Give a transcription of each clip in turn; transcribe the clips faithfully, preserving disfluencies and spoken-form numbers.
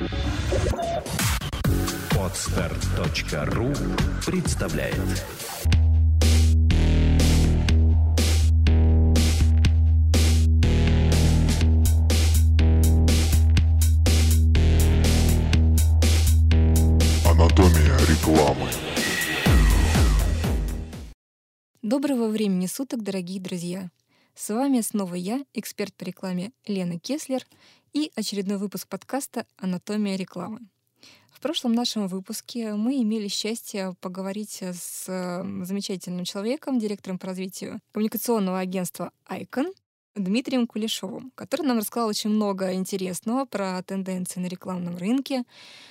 Подстер точка ру представляет. Анатомия рекламы. Доброго времени суток, дорогие друзья! С вами снова я, эксперт по рекламе Лена Кеслер, и очередной выпуск подкаста «Анатомия рекламы». В прошлом нашем выпуске мы имели счастье поговорить с замечательным человеком, директором по развитию коммуникационного агентства Icon Дмитрием Кулешовым, который нам рассказал очень много интересного про тенденции на рекламном рынке,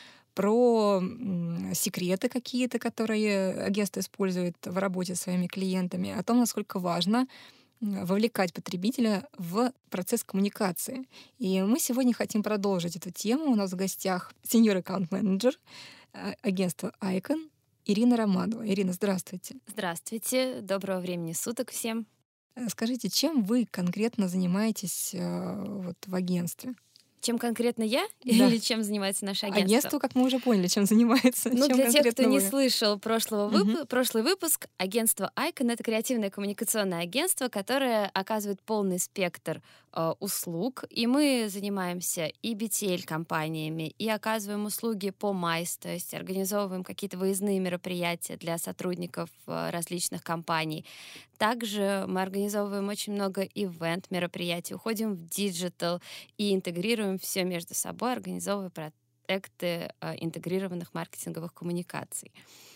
про секреты какие-то, которые агентство использует в работе с своими клиентами, о том, насколько важно вовлекать потребителя в процесс коммуникации. И мы сегодня хотим продолжить эту тему. У нас в гостях сеньор аккаунт-менеджер агентства Icon Ирина Романова. Ирина, здравствуйте. Здравствуйте. Доброго времени суток всем. Скажите, чем вы конкретно занимаетесь вот, в агентстве? Чем конкретно я Да. или чем занимается наше агентство? Агентство, как мы уже поняли, чем занимается. Ну, чем для тех, кто вы? не слышал прошлого вып... Мгм. прошлый выпуск, агентство Icon — это креативное коммуникационное агентство, которое оказывает полный спектр э, услуг. И мы занимаемся и би ти эл-компаниями, и оказываем услуги по майс, то есть организовываем какие-то выездные мероприятия для сотрудников э, различных компаний. Также мы организовываем очень много ивент-мероприятий, уходим в диджитал и интегрируем все между собой, организовывая проекты э, интегрированных маркетинговых коммуникаций.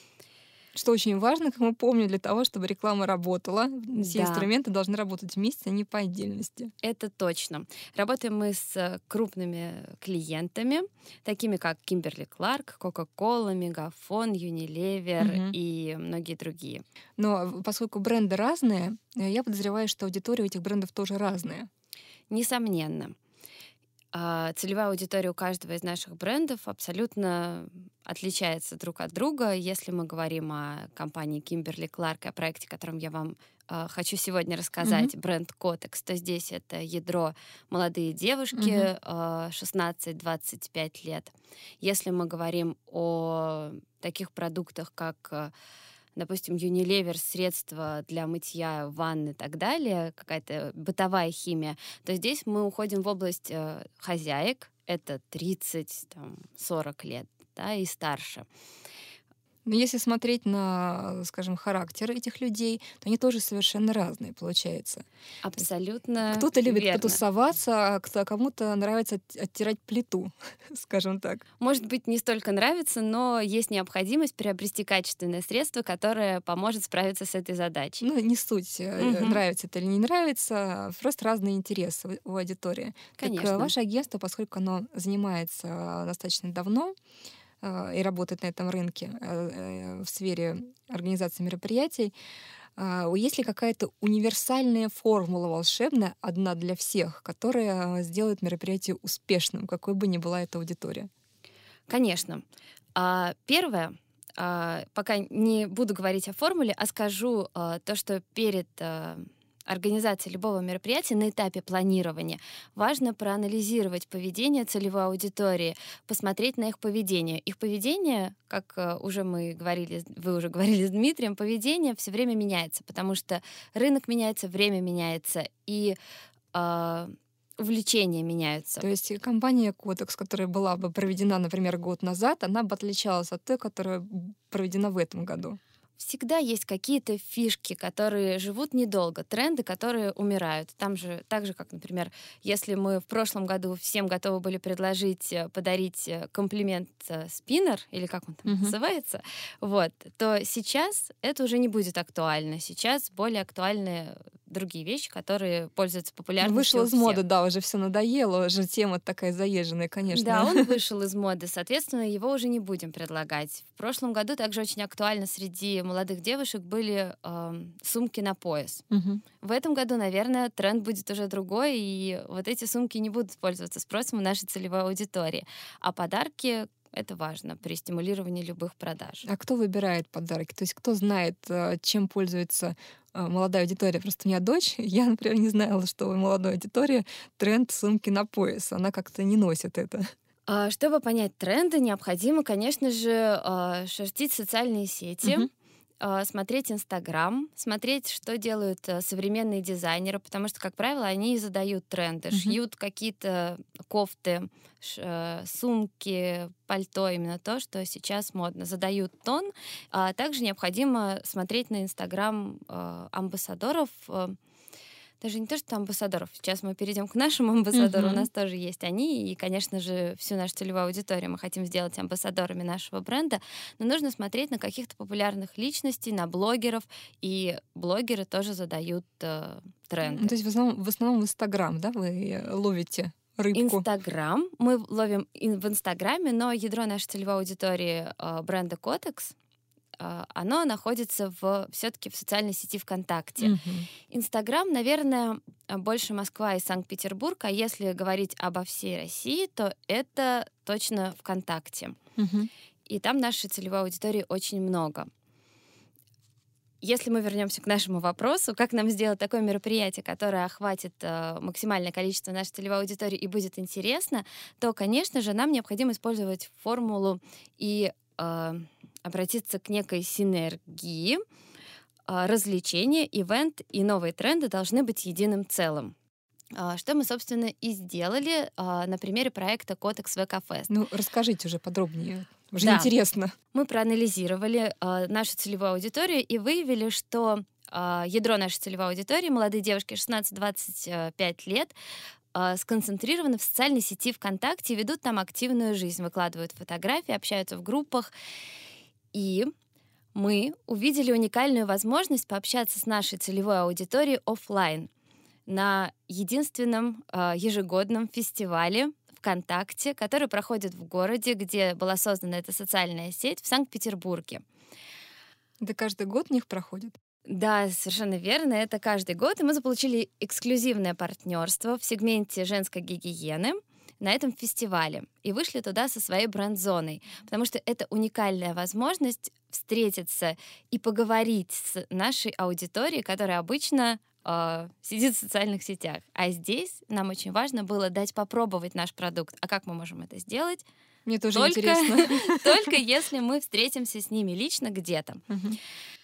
Что очень важно, как мы помним, для того, чтобы реклама работала, все Да. инструменты должны работать вместе, а не по отдельности. Это точно. Работаем мы с крупными клиентами, такими как Kimberly-Clark, Coca-Cola, Мегафон, Unilever Мгм. и многие другие. Но поскольку бренды разные, э, я подозреваю, что аудитория у этих брендов тоже разная. Несомненно. А, Целевая аудитория у каждого из наших брендов абсолютно отличается друг от друга. Если мы говорим о компании Kimberly-Clark, о проекте, о котором я вам а, хочу сегодня рассказать, бренд Kotex, то здесь это ядро молодые девушки Мгм. а, шестнадцать-двадцать пять лет. Если мы говорим о таких продуктах, как, а, допустим, Unilever, средства для мытья ванн и так далее, какая-то бытовая химия, то здесь мы уходим в область э, хозяек, это тридцать-сорок лет, да, и старше. Но если смотреть на, скажем, характер этих людей, то они тоже совершенно разные, получается. Абсолютно Кто-то любит верно. потусоваться, а кто- а кому-то нравится от- оттирать плиту, скажем так. Может быть, не столько нравится, но есть необходимость приобрести качественное средство, которое поможет справиться с этой задачей. Ну, не суть, э, Мгм. нравится это или не нравится, просто разные интересы у у аудитории. Так, э, Конечно. ваше агентство, поскольку оно занимается э, достаточно давно э, и работает на этом рынке э, э, в сфере организации мероприятий, а, есть ли какая-то универсальная формула волшебная, одна для всех, которая э, сделает мероприятие успешным, какой бы ни была эта аудитория? Конечно. А, Первое, а, пока не буду говорить о формуле, а скажу а, то, что перед а, организацией любого мероприятия на этапе планирования важно проанализировать поведение целевой аудитории, посмотреть на их поведение. Их поведение, как а, уже мы говорили, вы уже говорили с Дмитрием, поведение все время меняется, потому что рынок меняется, время меняется, и а, увлечения меняются. То есть компания Kotex, которая была бы проведена, например, год назад, она бы отличалась от той, которая проведена в этом году. Всегда есть какие-то фишки, которые живут недолго, тренды, которые умирают. Там же, так же, как, например, если мы в прошлом году всем готовы были предложить э, подарить э, комплимент э, спиннер, или как он там Мгм. называется, вот, то сейчас это уже не будет актуально. Сейчас более актуальны другие вещи, которые пользуются популярностью Вышел у из моды, всех. да, уже все надоело, уже тема такая заезженная, конечно. Да, он вышел из моды, соответственно, его уже не будем предлагать. В прошлом году также очень актуально среди молодых девушек были эм, сумки на пояс. Мгм. В этом году, наверное, тренд будет уже другой, и вот эти сумки не будут пользоваться спросом у нашей целевой аудитории. А подарки — это важно при стимулировании любых продаж. А кто выбирает подарки? То есть кто знает, э, чем пользуется э, молодая аудитория? Просто у меня дочь, я, например, не знала, что у молодой аудитории тренд сумки на пояс. Она как-то не носит это. А, Чтобы понять тренды, необходимо, конечно же, а, шерстить социальные сети, Мгм. а, смотреть Инстаграм, смотреть, что делают а, современные дизайнеры, потому что, как правило, они и задают тренды, Мгм. шьют какие-то кофты, ш- э, сумки, пальто, именно то, что сейчас модно, задают тон. А также необходимо смотреть на Инстаграм а, амбассадоров, а, даже не то, что амбассадоров. Сейчас мы перейдем к нашему амбассадору. У Мгм. нас тоже есть они. И, конечно же, всю нашу целевую аудиторию мы хотим сделать амбассадорами нашего бренда. Но нужно смотреть на каких-то популярных личностей, на блогеров. И блогеры тоже задают э, Ну, тренды. то есть в основном, в основном в Инстаграм, да, вы э, ловите рыбку? Инстаграм. Мы ловим ин- в Инстаграме, но ядро нашей целевой аудитории э, бренда Kotex, э, оно находится в, все-таки в социальной сети ВКонтакте. Мгм. Инстаграм, наверное, а, больше Москва и Санкт-Петербург, а если говорить обо всей России, то это точно ВКонтакте. Мгм. И там нашей целевой аудитории очень много. Если мы вернемся к нашему вопросу, как нам сделать такое мероприятие, которое охватит э, максимальное количество нашей целевой аудитории и будет интересно, то, конечно же, нам необходимо использовать формулу и э, обратиться к некой синергии. А, Развлечения, ивент и новые тренды должны быть единым целым. А, Что мы, собственно, и сделали а, на примере проекта Kotex ви кей Fest. Ну, расскажите уже подробнее. Уже Да. интересно. Мы проанализировали а, нашу целевую аудиторию и выявили, что а, ядро нашей целевой аудитории, молодые девушки шестнадцать-двадцать пять лет, а, сконцентрированы в социальной сети ВКонтакте и ведут там активную жизнь, выкладывают фотографии, общаются в группах. И мы увидели уникальную возможность пообщаться с нашей целевой аудиторией офлайн на единственном э, ежегодном фестивале ВКонтакте, который проходит в городе, где была создана эта социальная сеть, в Санкт-Петербурге. Это каждый год у них проходит? Да, совершенно верно, это каждый год, и мы заполучили эксклюзивное партнерство в сегменте женской гигиены на этом фестивале и вышли туда со своей бренд-зоной, потому что это уникальная возможность встретиться и поговорить с нашей аудиторией, которая обычно э, сидит в социальных сетях. А здесь нам очень важно было дать попробовать наш продукт. А как мы можем это сделать? Мне тоже Только, интересно. только если мы встретимся с ними лично где-то. Мгм.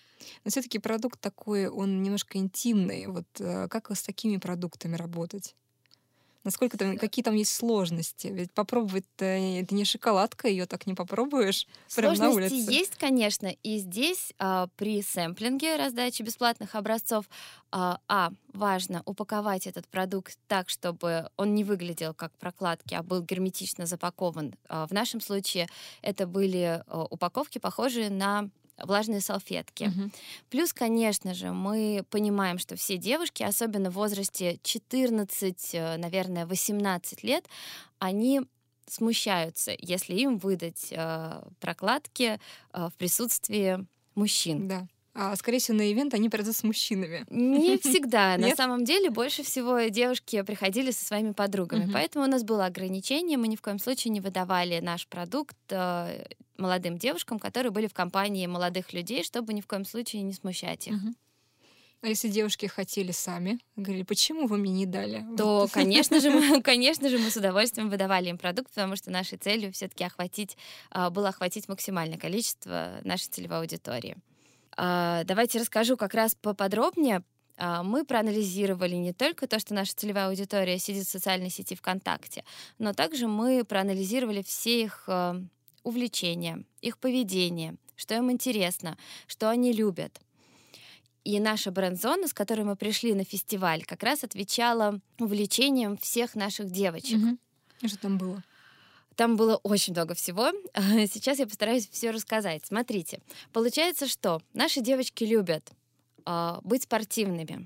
Но все-таки продукт такой, он немножко интимный. Вот э, как с такими продуктами работать? Насколько там, какие там есть сложности? Ведь попробовать-то это не шоколадка, ее так не попробуешь прямо на Сложности улице. есть, конечно, и здесь а, при сэмплинге, раздаче бесплатных образцов, а, а, важно упаковать этот продукт так, чтобы он не выглядел как прокладки, а был герметично запакован. А, в нашем случае это были а, упаковки, похожие на влажные салфетки. Мгм. Плюс, конечно же, мы понимаем, что все девушки, особенно в возрасте четырнадцать, э, наверное, восемнадцать лет, они смущаются, если им выдать э, прокладки э, в присутствии мужчин. Да. А скорее всего, на ивент они придут с мужчинами. Не всегда. На Нет? самом деле больше всего девушки приходили со своими подругами. Мгм. Поэтому у нас было ограничение. Мы ни в коем случае не выдавали наш продукт э, молодым девушкам, которые были в компании молодых людей, чтобы ни в коем случае не смущать их. Мгм. А если девушки хотели сами, говорили, почему вы мне не дали? То, Вот. конечно же, мы, конечно же, мы с удовольствием выдавали им продукт, потому что нашей целью все-таки охватить, а, было охватить максимальное количество нашей целевой аудитории. А, Давайте расскажу как раз поподробнее. А, Мы проанализировали не только то, что наша целевая аудитория сидит в социальной сети ВКонтакте, но также мы проанализировали все их а, увлечения, их поведение, что им интересно, что они любят. И наша бренд-зона, с которой мы пришли на фестиваль, как раз отвечала увлечениям всех наших девочек. Мгм. И что там было? Там было очень много всего. Сейчас я постараюсь все рассказать. Смотрите, получается, что наши девочки любят э, быть спортивными.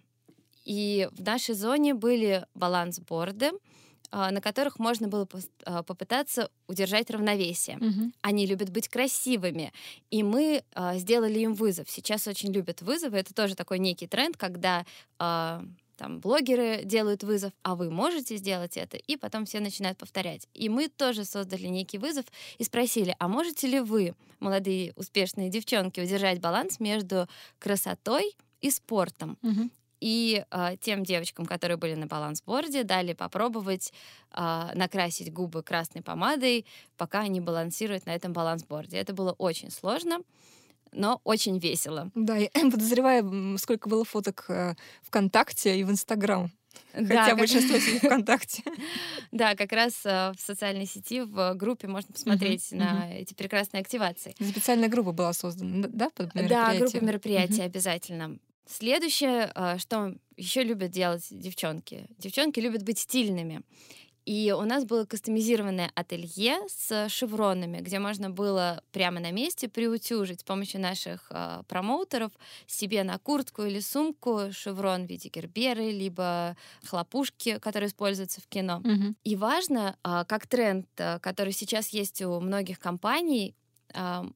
И в нашей зоне были балансборды, э, на которых можно было пос- э, попытаться удержать равновесие. Мгм. Они любят быть красивыми, и мы э, сделали им вызов. Сейчас очень любят вызовы. Это тоже такой некий тренд, когда э, там блогеры делают вызов, а вы можете сделать это, и потом все начинают повторять. И мы тоже создали некий вызов и спросили, а можете ли вы, молодые успешные девчонки, удержать баланс между красотой и спортом? Мгм. И э, тем девочкам, которые были на балансборде, дали попробовать э, накрасить губы красной помадой, пока они балансируют на этом балансборде. Это было очень сложно, но очень весело. Да, я подозреваю, сколько было фоток э, ВКонтакте и в Инстаграм. Хотя Да, как- большинство сидит ВКонтакте. Да, как раз э, в социальной сети, в группе можно посмотреть Мгм, на мгм. эти прекрасные активации. Специальная группа была создана, да, под Да, мероприятие? группа мероприятий Мгм. обязательно. Следующее, э, что еще любят делать девчонки. Девчонки любят быть стильными. И у нас было кастомизированное ателье с шевронами, где можно было прямо на месте приутюжить с помощью наших э, промоутеров себе на куртку или сумку шеврон в виде герберы, либо хлопушки, которые используются в кино. Мгм. И важно, а, как тренд, а, который сейчас есть у многих компаний, а,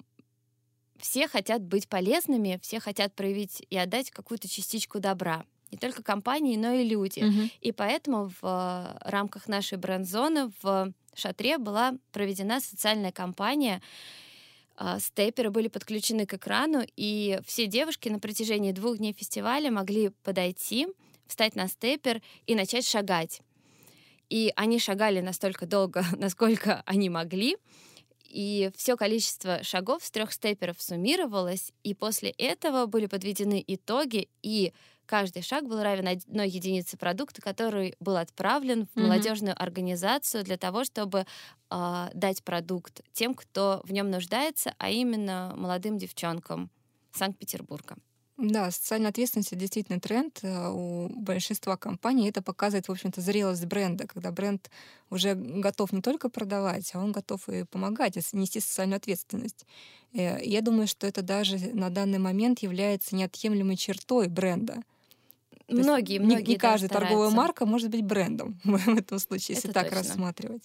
все хотят быть полезными, все хотят проявить и отдать какую-то частичку добра. Не только компании, но и люди. Мгм. И поэтому в а, рамках нашей бренд-зоны в Шатре была проведена социальная кампания. А, Степеры были подключены к экрану, и все девушки на протяжении двух дней фестиваля могли подойти, встать на степер и начать шагать. И они шагали настолько долго, насколько они могли. И все количество шагов с трех степеров суммировалось, и после этого были подведены итоги, и каждый шаг был равен одной единице продукта, который был отправлен в Мгм. молодежную организацию для того, чтобы а, дать продукт тем, кто в нем нуждается, а именно молодым девчонкам Санкт-Петербурга. Да, социальная ответственность — это действительно тренд э, у большинства компаний. Это показывает, в общем-то, зрелость бренда, когда бренд уже готов не только продавать, а он готов и помогать, и нести социальную ответственность. Э, Я думаю, что это даже на данный момент является неотъемлемой чертой бренда. То есть Многие, не, многие не да, каждая торговая стараются. марка может быть брендом в этом случае, если Это так точно. рассматривать.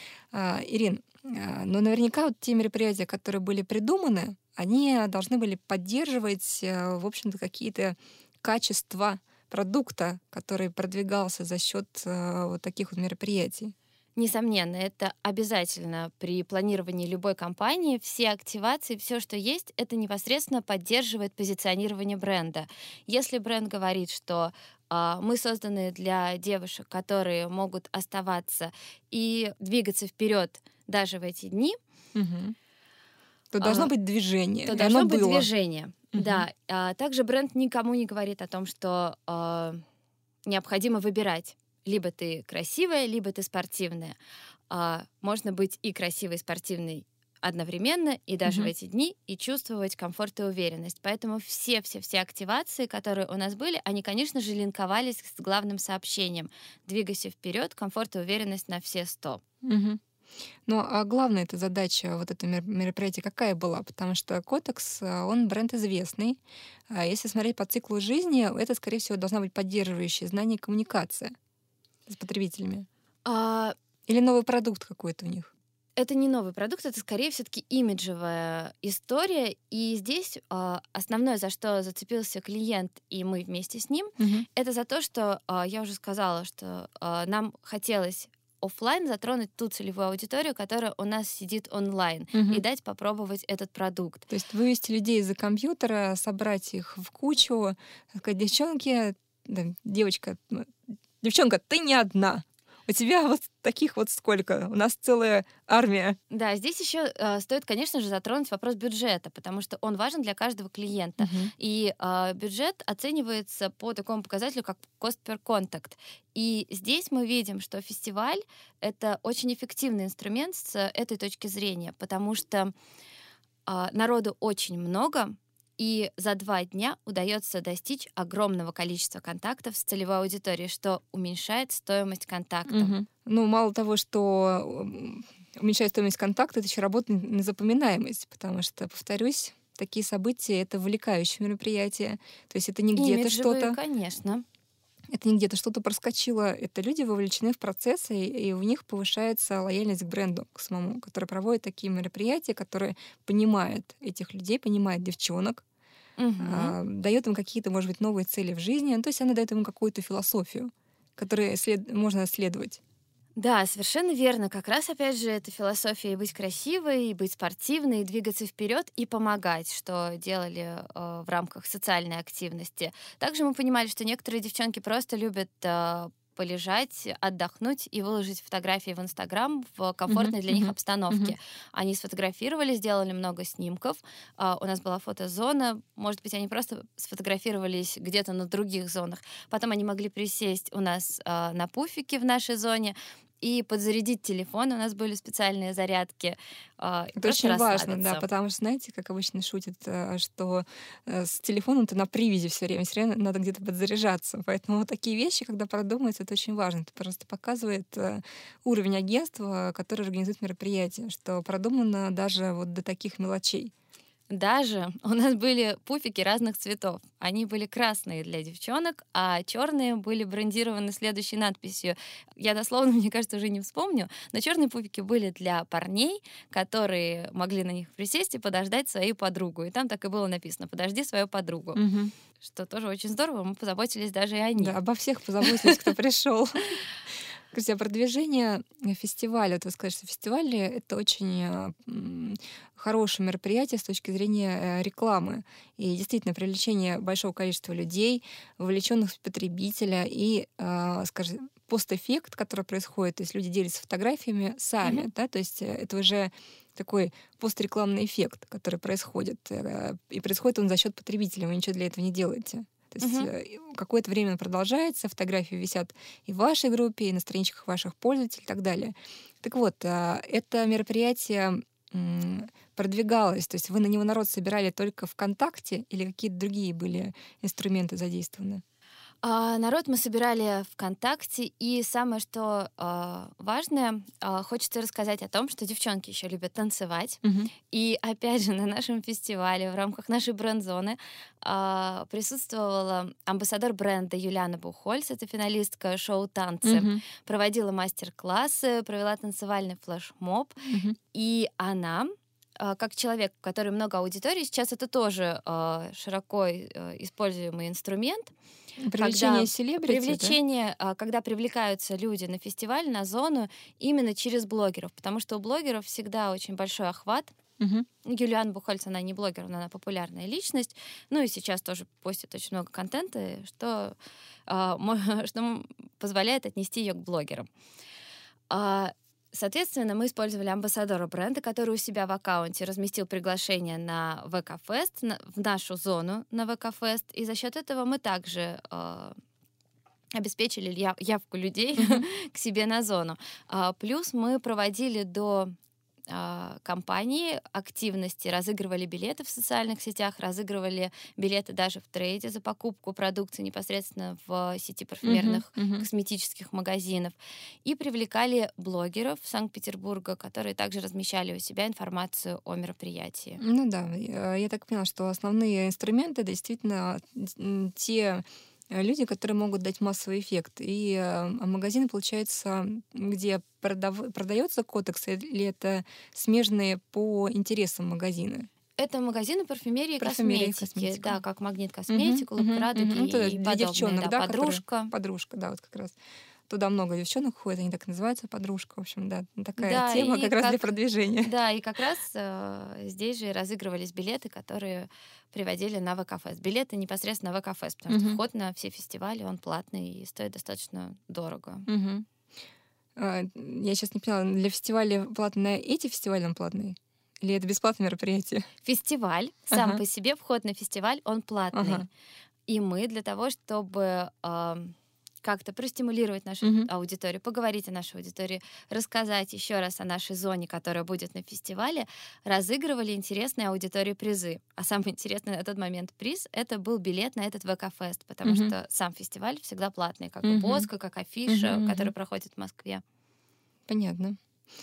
А, Ирин, а, но наверняка вот те мероприятия, которые были придуманы, они должны были поддерживать, э, в общем-то, какие-то качества продукта, который продвигался за счет э, вот таких вот мероприятий. Несомненно, это обязательно при планировании любой компании. Все активации, все, что есть, это непосредственно поддерживает позиционирование бренда. Если бренд говорит, что а, мы созданы для девушек, которые могут оставаться и двигаться вперед даже в эти дни, Мгм. То должно а, быть движение. то и должно оно быть было. движение. Мгм. Да. А также бренд никому не говорит о том, что а, необходимо выбирать. Либо ты красивая, либо ты спортивная. А, можно быть и красивой, и спортивной одновременно, и даже в Мгм. эти дни, и чувствовать комфорт и уверенность. Поэтому все-все-все активации, которые у нас были, они, конечно же, линковались с главным сообщением. Двигайся вперед, комфорт и уверенность на все сто. Мгм. Ну, а главная эта задача вот этого мер- мероприятия какая была? Потому что Котекс, а, он бренд известный. А если смотреть по циклу жизни, это, скорее всего, должна быть поддерживающая знание и коммуникация с потребителями. А, Или новый продукт какой-то у них. Это не новый продукт, это скорее все-таки имиджевая история. И здесь а, основное, за что зацепился клиент, и мы вместе с ним, Мгм. это за то, что а, я уже сказала, что а, нам хотелось оффлайн затронуть ту целевую аудиторию, которая у нас сидит онлайн, Мгм. и дать попробовать этот продукт. То есть вывести людей из-за компьютера, собрать их в кучу, сказать: девчонки, да, девочка, ну, девчонка, ты не одна. У тебя вот таких вот сколько? У нас целая армия. Да, здесь еще а, стоит, конечно же, затронуть вопрос бюджета, потому что он важен для каждого клиента. Мгм. И а, бюджет оценивается по такому показателю, как cost per contact. И здесь мы видим, что фестиваль — это очень эффективный инструмент с этой точки зрения, потому что а, народу очень много, и за два дня удается достичь огромного количества контактов с целевой аудиторией, что уменьшает стоимость контакта. Мгм. Ну, мало того, что м, уменьшает стоимость контакта, это еще работает на запоминаемость, потому что, повторюсь, такие события — это вовлекающие мероприятия. То есть это не где-то Имиджевые, что-то, конечно. это не где-то что-то проскочило, это люди вовлечены в процессы, и и у них повышается лояльность к бренду, к самому, который проводит такие мероприятия, которые понимает этих людей, понимает девчонок, Мгм. а, дает им какие-то, может быть, новые цели в жизни. Ну, то есть она дает им какую-то философию, которой след- можно следовать. Да, совершенно верно. Как раз, опять же, эта философия и быть красивой, и быть спортивной, и двигаться вперед, и помогать, что делали э, в рамках социальной активности. Также мы понимали, что некоторые девчонки просто любят э, полежать, отдохнуть и выложить фотографии в Инстаграм в комфортной Мгм, для них мгм, обстановке. мгм. Они сфотографировали, сделали много снимков. А, у нас была фотозона. Может быть, они просто сфотографировались где-то на других зонах. Потом они могли присесть у нас а, на пуфике в нашей зоне и подзарядить телефон. У нас были специальные зарядки. а, и Это просто очень важно, да, расслабиться. потому что, знаете, как обычно шутят, э, что э, с телефоном ты на привязи все время, все время надо где-то подзаряжаться. Поэтому вот такие вещи, когда продумываются, это очень важно. Это просто показывает э, уровень агентства, который организует мероприятие, что продумано даже вот до таких мелочей. Даже у нас были пуфики разных цветов. Они были красные для девчонок, а черные были брендированы следующей надписью. Я дословно, мне кажется, уже не вспомню, но черные пуфики были для парней, которые могли на них присесть и подождать свою подругу. И там так и было написано: «Подожди свою подругу». Мгм. Что тоже очень здорово, мы позаботились даже и о них. Да, обо всех позаботились, кто пришел. Кстати, а продвижение э, фестиваля. Вот вы сказали, что фестивали — это очень э, м, хорошее мероприятие с точки зрения э, рекламы. И действительно, привлечение большого количества людей, вовлеченных в потребителя и, э, скажем, постэффект, который происходит, то есть люди делятся фотографиями сами, Мгм. да, то есть э, это уже такой пострекламный эффект, который происходит. э, И происходит он за счет потребителя, вы ничего для этого не делаете. То есть Мгм. э, и какое-то время он продолжается, фотографии висят и в вашей группе, и на страничках ваших пользователей и так далее. Так вот, а, это мероприятие м, продвигалось, то есть вы на него народ собирали только ВКонтакте или какие-то другие были инструменты задействованы? А, народ мы собирали ВКонтакте, и самое, что а, важное, а, хочется рассказать о том, что девчонки еще любят танцевать. Мгм. И опять же, на нашем фестивале в рамках нашей бренд-зоны а, присутствовала амбассадор бренда Юлиана Бухольц, это финалистка шоу «Танцы», Мгм. проводила мастер-классы, провела танцевальный флешмоб, Мгм. и она, а, как человек, у которой много аудитории, сейчас это тоже а, широко э, используемый инструмент, Привлечение когда селебрити, да? привлечение, а, когда привлекаются люди на фестиваль, на зону именно через блогеров, потому что у блогеров всегда очень большой охват. Мгм. Юлиан Бухольц, она не блогер, но она популярная личность. Ну и сейчас тоже постит очень много контента, что, а, мо- что м- позволяет отнести ее к блогерам. А, Соответственно, мы использовали амбассадора бренда, который у себя в аккаунте разместил приглашение на ВК-фест, на- в нашу зону на ВК-фест, и за счет этого мы также а, обеспечили я- явку людей Мгм. к себе на зону. А, Плюс мы проводили до а, компании активности, разыгрывали билеты в социальных сетях, разыгрывали билеты даже в трейде за покупку продукции непосредственно в сети Мгм. парфюмерных Мгм. косметических магазинов. И привлекали блогеров Санкт-Петербурга, которые также размещали у себя информацию о мероприятии. Ну да, я я так поняла, что основные инструменты это действительно м, те э, люди, которые могут дать массовый эффект. И э, а магазины, получается, где продав- продается кодекс, или это смежные по интересам магазины? Это магазины парфюмерии и Парфюмерия и косметики, косметика. да, как Магнит Мгм, Косметик, Улыбка мгм, мгм. Ну, то Радуги есть и для подобные, девчонок, да, да, которые подружка. подружка, да, вот как раз. Туда много девчонок ходит, они так и называются, подружка. В общем, да, такая Да, тема и как раз для как продвижения. да, и как раз э, здесь же и разыгрывались билеты, которые приводили на ВК-фест. Билеты непосредственно на ВК-фест, потому что Мгм, вход на все фестивали, он платный и стоит достаточно дорого. мгм. А, Я сейчас не поняла, для фестиваля платные, на эти фестивали он платный? Или это бесплатное мероприятие? Фестиваль сам Ага, по себе, вход на фестиваль, он платный. ага. И мы для того, чтобы ам, как-то простимулировать нашу Мгм, аудиторию, поговорить о нашей аудитории, рассказать еще раз о нашей зоне, которая будет на фестивале, разыгрывали интересные аудитории призы. А самый интересный на тот момент приз — это был билет на этот ВК-фест, потому мгм, что сам фестиваль всегда платный, как и мгм, Боска, как Афиша, мгм, который мгм. проходит в Москве. Понятно.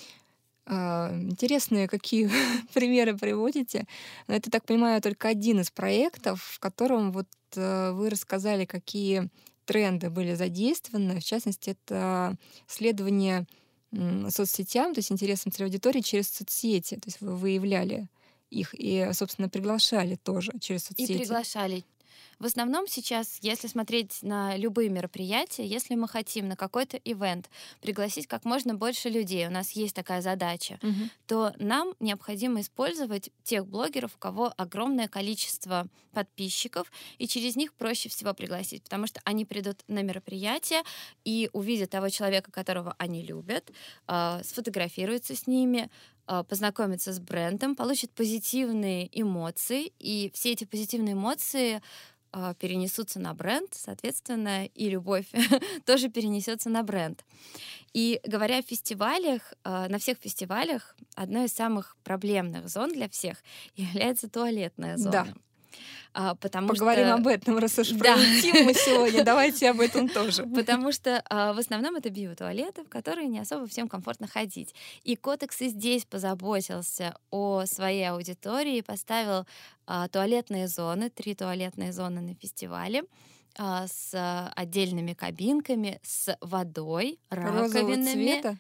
А, Интересные какие примеры приводите. Но это, так понимаю, только один из проектов, в котором вот э, вы рассказали, какие тренды были задействованы. В частности, это следование м, соцсетям, то есть интересам целевой аудитории через соцсети. То есть вы выявляли их и, собственно, приглашали тоже через И соцсети. приглашали В основном сейчас, если смотреть на любые мероприятия, если мы хотим на какой-то ивент пригласить как можно больше людей, у нас есть такая задача, Мгм. то нам необходимо использовать тех блогеров, у кого огромное количество подписчиков, и через них проще всего пригласить, потому что они придут на мероприятие и увидят того человека, которого они любят, э, сфотографируются с ними, э, познакомятся с брендом, получат позитивные эмоции, и все эти позитивные эмоции э, перенесутся на бренд, соответственно, и любовь тоже перенесется на бренд. И говоря о фестивалях, э, на всех фестивалях одной из самых проблемных зон для всех является туалетная зона. Да. А, потому Поговорим что... об этом, раз уж Да. про интим мы сегодня. Давайте об этом тоже. Потому что а, в основном это биотуалеты, в которые не особо всем комфортно ходить. И Котекс и здесь позаботился о своей аудитории, поставил а, туалетные зоны, три туалетные зоны на фестивале, а, с а, отдельными кабинками, с водой, Розового раковинами. цвета?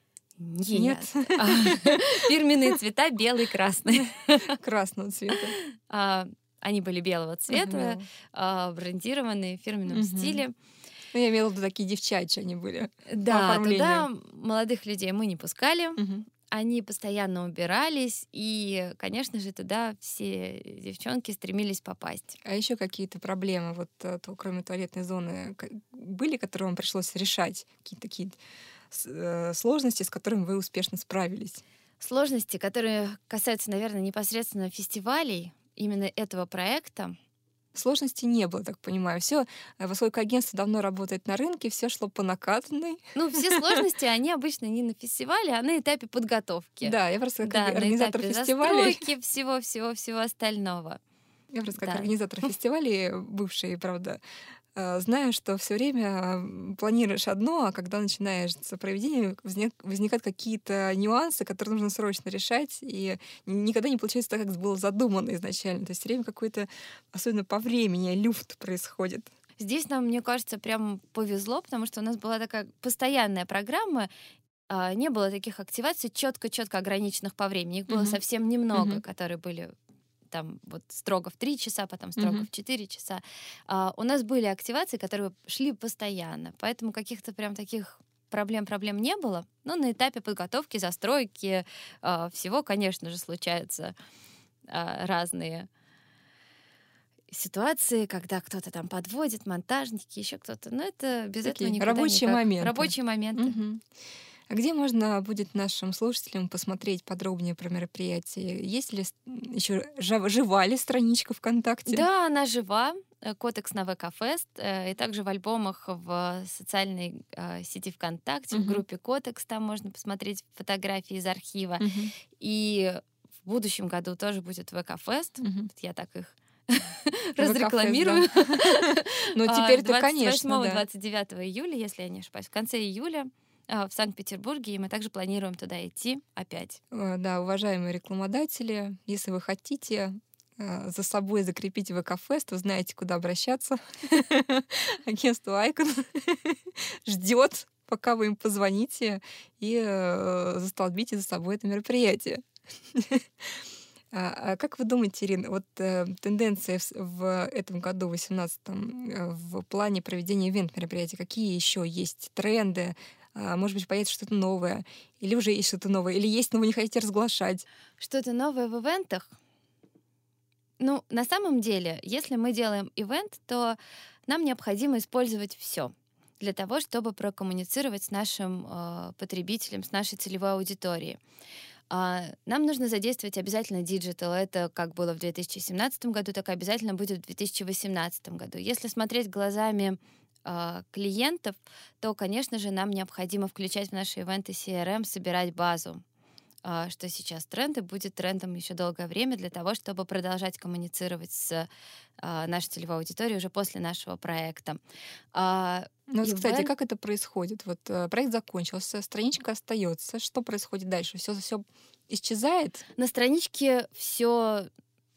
Нет. А, Фирменные цвета белый, красный. Красного цвета. А, Они были белого цвета, Ага. а, брендированные в фирменном Мгм. стиле. Ну, я имела в виду такие девчачьи они были. Да, оформлению. туда молодых людей мы не пускали. Мгм. Они постоянно убирались, и, конечно же, туда все девчонки стремились попасть. А еще какие-то проблемы, вот э, то, кроме туалетной зоны, к- были, которые вам пришлось решать? Какие-то такие с- э, сложности, с которыми вы успешно справились? Сложности, которые касаются, наверное, непосредственно фестивалей, именно этого проекта. Сложностей не было, так понимаю. Все, поскольку агентство давно работает на рынке, все шло по накатанной. Ну, все сложности, они обычно не на фестивале, а на этапе подготовки. Да, я просто как Да, на организатор этапе фестивалей, застройки, всего-всего-всего остального. я просто как Да. организатор фестивалей, бывший, правда, э, знаю, что все время м, планируешь одно, а когда начинаешь проведение, возник- возникают какие-то нюансы, которые нужно срочно решать, и н- никогда не получается так, как было задумано изначально. То есть все время какой-то, особенно по времени, люфт происходит. Здесь нам, мне кажется, прям повезло, потому что у нас была такая постоянная программа, а, не было таких активаций четко-четко ограниченных по времени. Их было Мгм. совсем немного, Мгм. которые были там вот строго в три часа, потом строго Мгм. в четыре часа. А, у нас были активации, которые шли постоянно, поэтому каких-то прям таких проблем-проблем не было. Но на этапе подготовки, застройки а, всего, конечно же, случаются а, разные ситуации, когда кто-то там подводит, монтажники, еще кто-то. Но это без Такие этого никуда рабочие никак. моменты. Рабочие моменты. Мгм. А где можно будет нашим слушателям посмотреть подробнее про мероприятие? Есть ли еще жива ли страничка ВКонтакте? Да, она жива. э, Котекс на ВК-фест, э, и также в альбомах в социальной э, сети ВКонтакте, в Мгм. группе Котекс, там можно посмотреть фотографии из архива. Мгм. И в будущем году тоже будет ВК-фест. Мгм. Вот я так их ВК-фест, разрекламирую. Ну, А, теперь-то, конечно, да. двадцать девятого июля, если я не ошибаюсь, в конце июля а, в Санкт-Петербурге, и мы также планируем туда идти опять. Э, Да, уважаемые рекламодатели, если вы хотите э, за собой закрепить ВК-фест, вы знаете, куда обращаться. Агентство Icon ждет, пока вы им позвоните и э, застолбите за собой это мероприятие. А а как вы думаете, Ирина, вот э, тенденция в, с- в этом году, в восемнадцатом, э, в плане проведения ивент-мероприятий, какие еще есть тренды? А, может быть, появится что-то новое? Или уже есть что-то новое? Или есть, но вы не хотите разглашать? Что-то новое в ивентах? Ну, на самом деле, если мы делаем ивент, то нам необходимо использовать все для того, чтобы прокоммуницировать с нашим э, потребителем, с нашей целевой аудиторией. А, Нам нужно задействовать обязательно диджитал. Это как было в две тысячи семнадцатом году, так и обязательно будет в две тысячи восемнадцатом году. Если смотреть глазами а, клиентов, то, конечно же, нам необходимо включать в наши ивенты си эр эм, собирать базу. А, Что сейчас тренд и будет трендом еще долгое время для того, чтобы продолжать коммуницировать с а, нашей целевой аудиторией уже после нашего проекта. А, Ну, вот, кстати, ивент- как это происходит? Вот э, проект закончился, страничка остается. Что происходит дальше? Все, все исчезает? На страничке все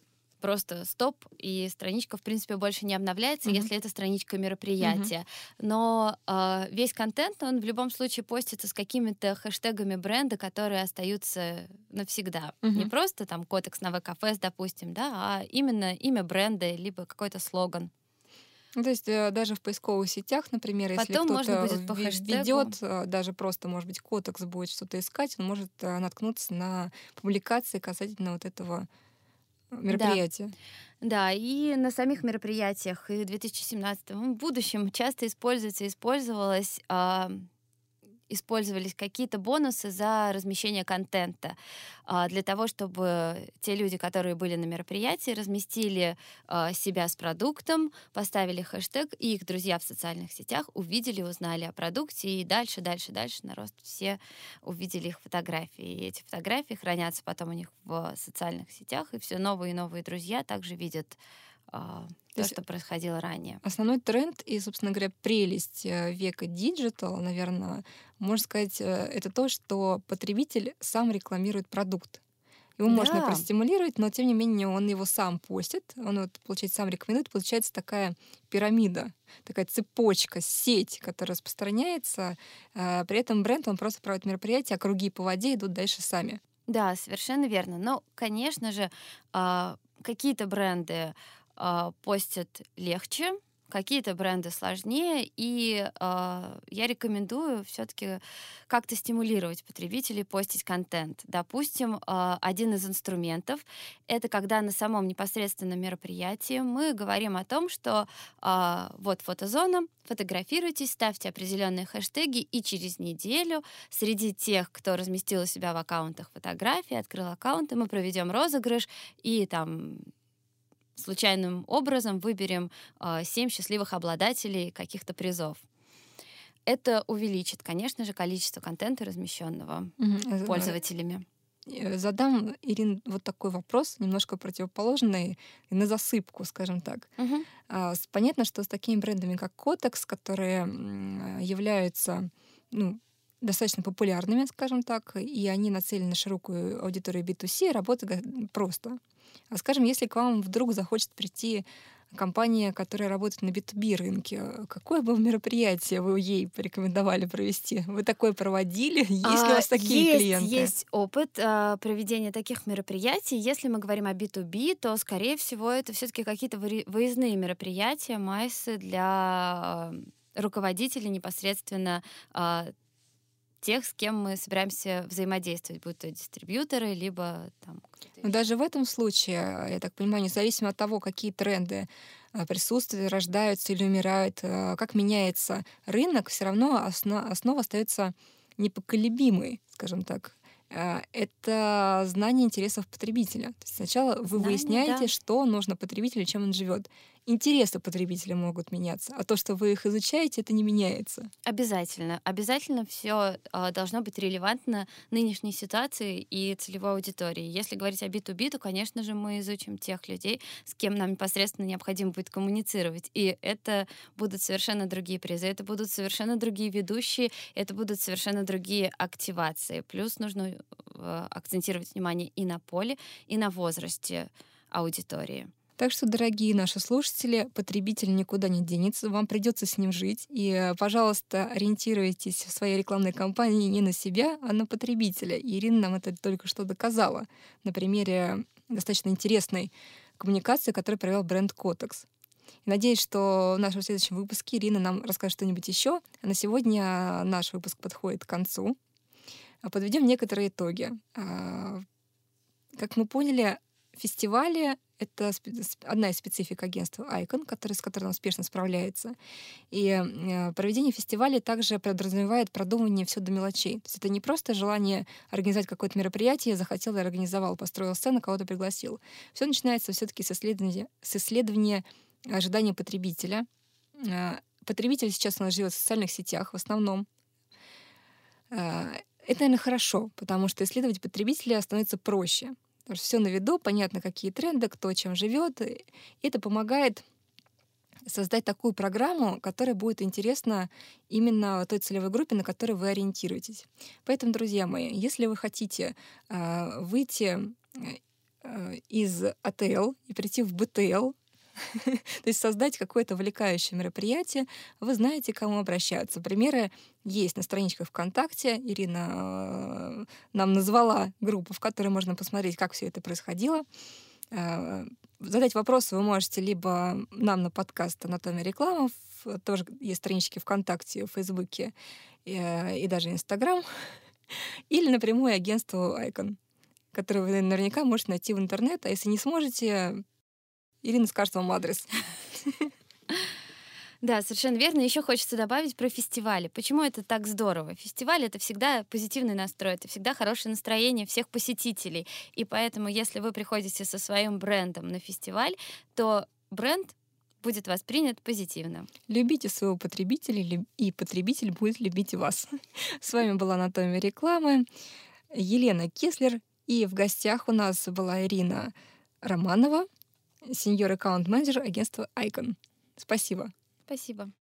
просто стоп, и страничка, в принципе, больше не обновляется, Мгм. если это страничка мероприятия. Но э, весь контент, он в любом случае постится с какими-то хэштегами бренда, которые остаются навсегда. Мгм. Не просто там Котекс на ВКФС, допустим, да, а именно имя бренда, либо какой-то слоган. Ну, то есть э, даже в поисковых сетях, например, если Потом можно кто-то будет по вве- хэштегу. введет, э, даже просто, может быть, Котекс будет что-то искать, он может э, наткнуться на публикации касательно вот этого э, мероприятия. Да, и на самих мероприятиях и в две тысячи семнадцатом, и в будущем часто используется, использовалось, а, использовались какие-то бонусы за размещение контента а, для того, чтобы те люди, которые были на мероприятии, разместили а, себя с продуктом, поставили хэштег, и их друзья в социальных сетях увидели, узнали о продукте, и дальше, дальше, дальше на рост все увидели их фотографии. И эти фотографии хранятся потом у них в социальных сетях, и все новые и новые друзья также видят а, То то, есть что происходило ранее. основной тренд и, собственно говоря, прелесть э, века диджитал, наверное, можно сказать, э, это то, что потребитель сам рекламирует продукт. Его можно Да, простимулировать, но тем не менее он его сам постит, он вот, получается, сам рекомендует. Получается такая пирамида, такая цепочка, сеть, которая распространяется. э, При этом бренд, он просто проводит мероприятие, а круги по воде идут дальше сами. да, совершенно верно. Но, конечно же, а, какие-то бренды а, постят легче, какие-то бренды сложнее, и а, я рекомендую все-таки как-то стимулировать потребителей постить контент. Допустим, а, один из инструментов — это когда на самом непосредственном мероприятии мы говорим о том, что а, вот фотозона, фотографируйтесь, ставьте определенные хэштеги, и через неделю среди тех, кто разместил у себя в аккаунтах фотографии, открыл аккаунты, мы проведем розыгрыш, и там случайным образом выберем а, семь счастливых обладателей каких-то призов. Это увеличит, конечно же, количество контента, размещенного Мгм. Э, пользователями. э, Задам, Ирин, вот такой вопрос, немножко противоположный, и на засыпку, скажем так. Мгм. А, с- Понятно, что с такими брендами, как Котекс, которые м, являются ну, достаточно популярными, скажем так, и они нацелены на широкую аудиторию би ту си, работать га- просто. А скажем, если к вам вдруг захочет прийти компания, которая работает на би ту би рынке, какое бы мероприятие вы ей порекомендовали провести? Вы такое проводили? Есть ли у А, вас такие есть, клиенты? есть опыт а, проведения таких мероприятий. Если мы говорим о би ту би, то, скорее всего, это все-таки какие-то выри- выездные мероприятия, майсы для а, руководителей непосредственно а, тех, с кем мы собираемся взаимодействовать, будь то дистрибьюторы, либо там кто-то Но еще. даже в этом случае, я так понимаю, независимо от того, какие тренды а, присутствуют, рождаются или умирают, а, как меняется рынок, все равно осно- основа остается непоколебимой, скажем так. А, Это знание интересов потребителя. То есть сначала вы Знание, выясняете, да. что нужно потребителю, чем он живет. Интересы потребителя могут меняться, а то, что вы их изучаете, это не меняется. Обязательно. Обязательно все должно быть релевантно нынешней ситуации и целевой аудитории. Если говорить о би ту би, то, конечно же, мы изучим тех людей, с кем нам непосредственно необходимо будет коммуницировать. И это будут совершенно другие призы, это будут совершенно другие ведущие, это будут совершенно другие активации. Плюс нужно э, акцентировать внимание и на поле, и на возрасте аудитории. Так что, дорогие наши слушатели, потребитель никуда не денется, вам придется с ним жить. И, э, пожалуйста, ориентируйтесь в своей рекламной кампании не на себя, а на потребителя. И Ирина нам это только что доказала на примере достаточно интересной коммуникации, которую провел бренд Котекс. И надеюсь, что в нашем следующем выпуске Ирина нам расскажет что-нибудь еще. А на сегодня наш выпуск подходит к концу. А Подведем некоторые итоги. А, Как мы поняли, фестивали — это спе- с- одна из специфик агентства Icon, который, с которым успешно справляется. И э, проведение фестивалей также подразумевает продумывание все до мелочей. То есть это не просто желание организовать какое-то мероприятие, захотел и организовал, построил сцену, кого-то пригласил. Все начинается все-таки с исследования, с исследования ожиданий потребителя. Э, Потребитель сейчас у нас живет в социальных сетях в основном. Э, Это, наверное, хорошо, потому что исследовать потребителя становится проще. Потому что все на виду, понятно, какие тренды, кто чем живет. И это помогает создать такую программу, которая будет интересна именно той целевой группе, на которой вы ориентируетесь. Поэтому, друзья мои, если вы хотите э, выйти э, из А Т Л и прийти в Б Т Л, то есть создать какое-то увлекающее мероприятие, вы знаете, к кому обращаться. Примеры есть на страничках ВКонтакте. Ирина нам назвала группу, в которой можно посмотреть, как все это происходило. Задать вопросы вы можете либо нам на подкаст «Анатомия рекламы», тоже есть странички ВКонтакте, в Фейсбуке и, и даже Инстаграм, или напрямую агентству Icon, которое вы наверняка можете найти в интернете, а если не сможете, Ирина скажет вам адрес. Да, совершенно верно. Еще хочется добавить про фестивали. Почему это так здорово? Фестиваль — это всегда позитивный настрой, это всегда хорошее настроение всех посетителей. И поэтому, если вы приходите со своим брендом на фестиваль, то бренд будет воспринят позитивно. Любите своего потребителя, и потребитель будет любить вас. С вами была «Анатомия рекламы», Елена Кеслер, и в гостях у нас была Ирина Романова, сеньор аккаунт-менеджер агентства Icon. Спасибо. Спасибо.